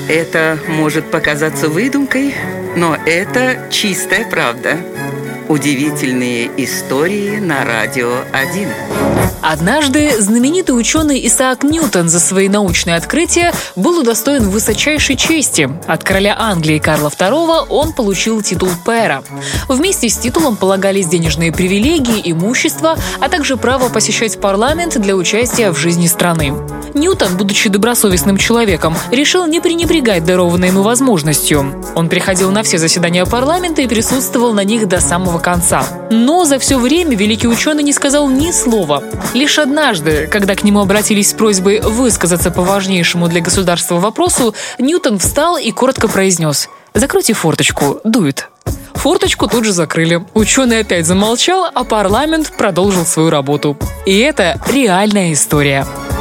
Это может показаться выдумкой, но это чистая правда. Удивительные истории на Радио 1. Однажды знаменитый ученый Исаак Ньютон за свои научные открытия был удостоен высочайшей чести. От короля Англии Карла II он получил титул пэра. Вместе с титулом полагались денежные привилегии, имущество, а также право посещать парламент для участия в жизни страны. Ньютон, будучи добросовестным человеком, решил не пренебрегать дарованной ему возможностью. Он приходил на все заседания парламента и присутствовал на них до самого конца. Но за все время великий ученый не сказал ни слова. Лишь однажды, когда к нему обратились с просьбой высказаться по важнейшему для государства вопросу, Ньютон встал и коротко произнес: «Закройте форточку, дует». Форточку тут же закрыли. Ученый опять замолчал, а парламент продолжил свою работу. И это реальная история.